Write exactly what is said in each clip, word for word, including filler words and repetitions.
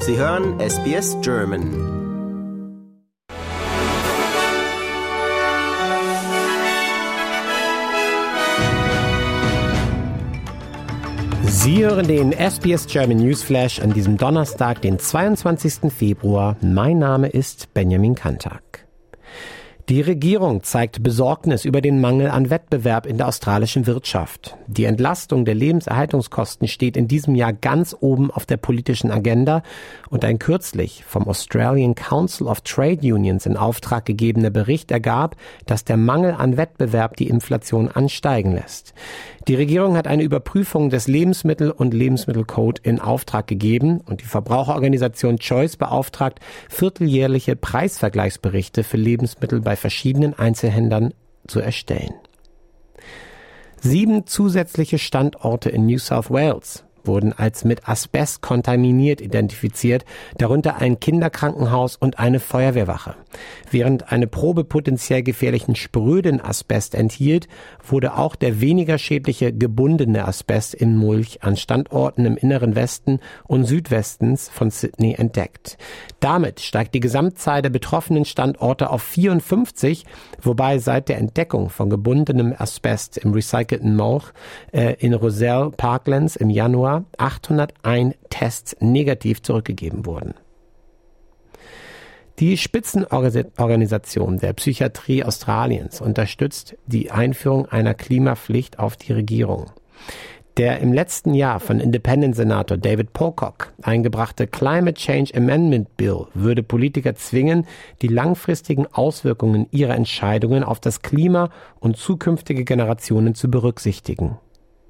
Sie hören S B S German. Sie hören den S B S German Newsflash an diesem Donnerstag, den zweiundzwanzigsten Februar. Mein Name ist Benjamin Kantak. Die Regierung zeigt Besorgnis über den Mangel an Wettbewerb in der australischen Wirtschaft. Die Entlastung der Lebenserhaltungskosten steht in diesem Jahr ganz oben auf der politischen Agenda und ein kürzlich vom Australian Council of Trade Unions in Auftrag gegebener Bericht ergab, dass der Mangel an Wettbewerb die Inflation ansteigen lässt. Die Regierung hat eine Überprüfung des Lebensmittel- und Lebensmittelcode in Auftrag gegeben und die Verbraucherorganisation Choice beauftragt, vierteljährliche Preisvergleichsberichte für Lebensmittel bei verschiedenen Einzelhändlern zu erstellen. Sieben zusätzliche Standorte in New South Wales wurden als mit Asbest kontaminiert identifiziert, darunter ein Kinderkrankenhaus und eine Feuerwehrwache. Während eine Probe potenziell gefährlichen spröden Asbest enthielt, wurde auch der weniger schädliche gebundene Asbest in Mulch an Standorten im inneren Westen und Südwestens von Sydney entdeckt. Damit steigt die Gesamtzahl der betroffenen Standorte auf vierundfünfzig, wobei seit der Entdeckung von gebundenem Asbest im recycelten Mulch äh, in Rozelle Parklands im Januar achthunderteins Tests negativ zurückgegeben wurden. Die Spitzenorganisation der Psychiatrie Australiens unterstützt die Einführung einer Klimapflicht auf die Regierung. Der im letzten Jahr von Independent-Senator David Pocock eingebrachte Climate Change Amendment Bill würde Politiker zwingen, die langfristigen Auswirkungen ihrer Entscheidungen auf das Klima und zukünftige Generationen zu berücksichtigen.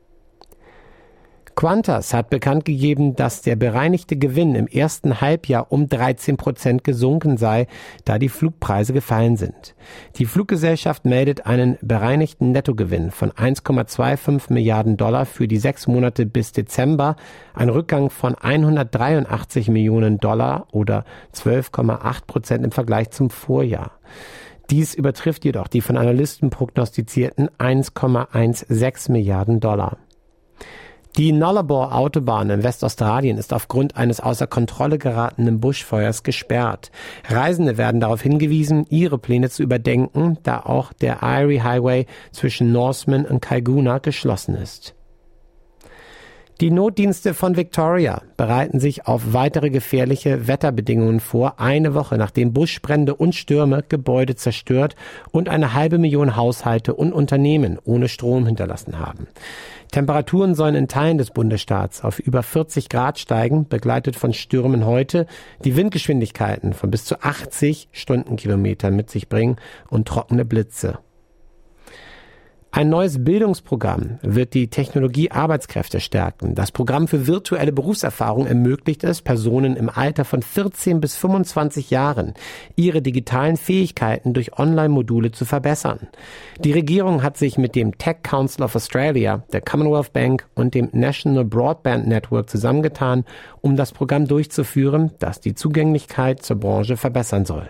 Qantas hat bekannt gegeben, dass der bereinigte Gewinn im ersten Halbjahr um dreizehn Prozent gesunken sei, da die Flugpreise gefallen sind. Die Fluggesellschaft meldet einen bereinigten Nettogewinn von eins Komma fünfundzwanzig Milliarden Dollar für die sechs Monate bis Dezember, ein Rückgang von hundertdreiundachtzig Millionen Dollar oder zwölf Komma acht Prozent im Vergleich zum Vorjahr. Dies übertrifft jedoch die von Analysten prognostizierten eins Komma sechzehn Milliarden Dollar. Die Nullarbor-Autobahn in Westaustralien ist aufgrund eines außer Kontrolle geratenen Buschfeuers gesperrt. Reisende werden darauf hingewiesen, ihre Pläne zu überdenken, da auch der Eyre Highway zwischen Norseman und Kaiguna geschlossen ist. Die Notdienste von Victoria bereiten sich auf weitere gefährliche Wetterbedingungen vor, eine Woche nachdem Buschbrände und Stürme Gebäude zerstört und eine halbe Million Haushalte und Unternehmen ohne Strom hinterlassen haben. Temperaturen sollen in Teilen des Bundesstaats auf über vierzig Grad steigen, begleitet von Stürmen heute, die Windgeschwindigkeiten von bis zu achtzig Stundenkilometern mit sich bringen und trockene Blitze. Ein neues Bildungsprogramm wird die Technologie-Arbeitskräfte stärken. Das Programm für virtuelle Berufserfahrung ermöglicht es, Personen im Alter von vierzehn bis fünfundzwanzig Jahren ihre digitalen Fähigkeiten durch Online-Module zu verbessern. Die Regierung hat sich mit dem Tech Council of Australia, der Commonwealth Bank und dem National Broadband Network zusammengetan, um das Programm durchzuführen, das die Zugänglichkeit zur Branche verbessern soll.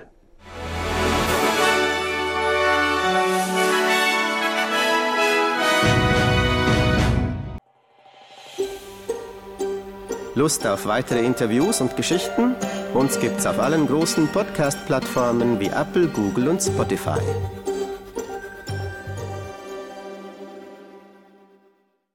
Lust auf weitere Interviews und Geschichten? Uns gibt's auf allen großen Podcast-Plattformen wie Apple, Google und Spotify.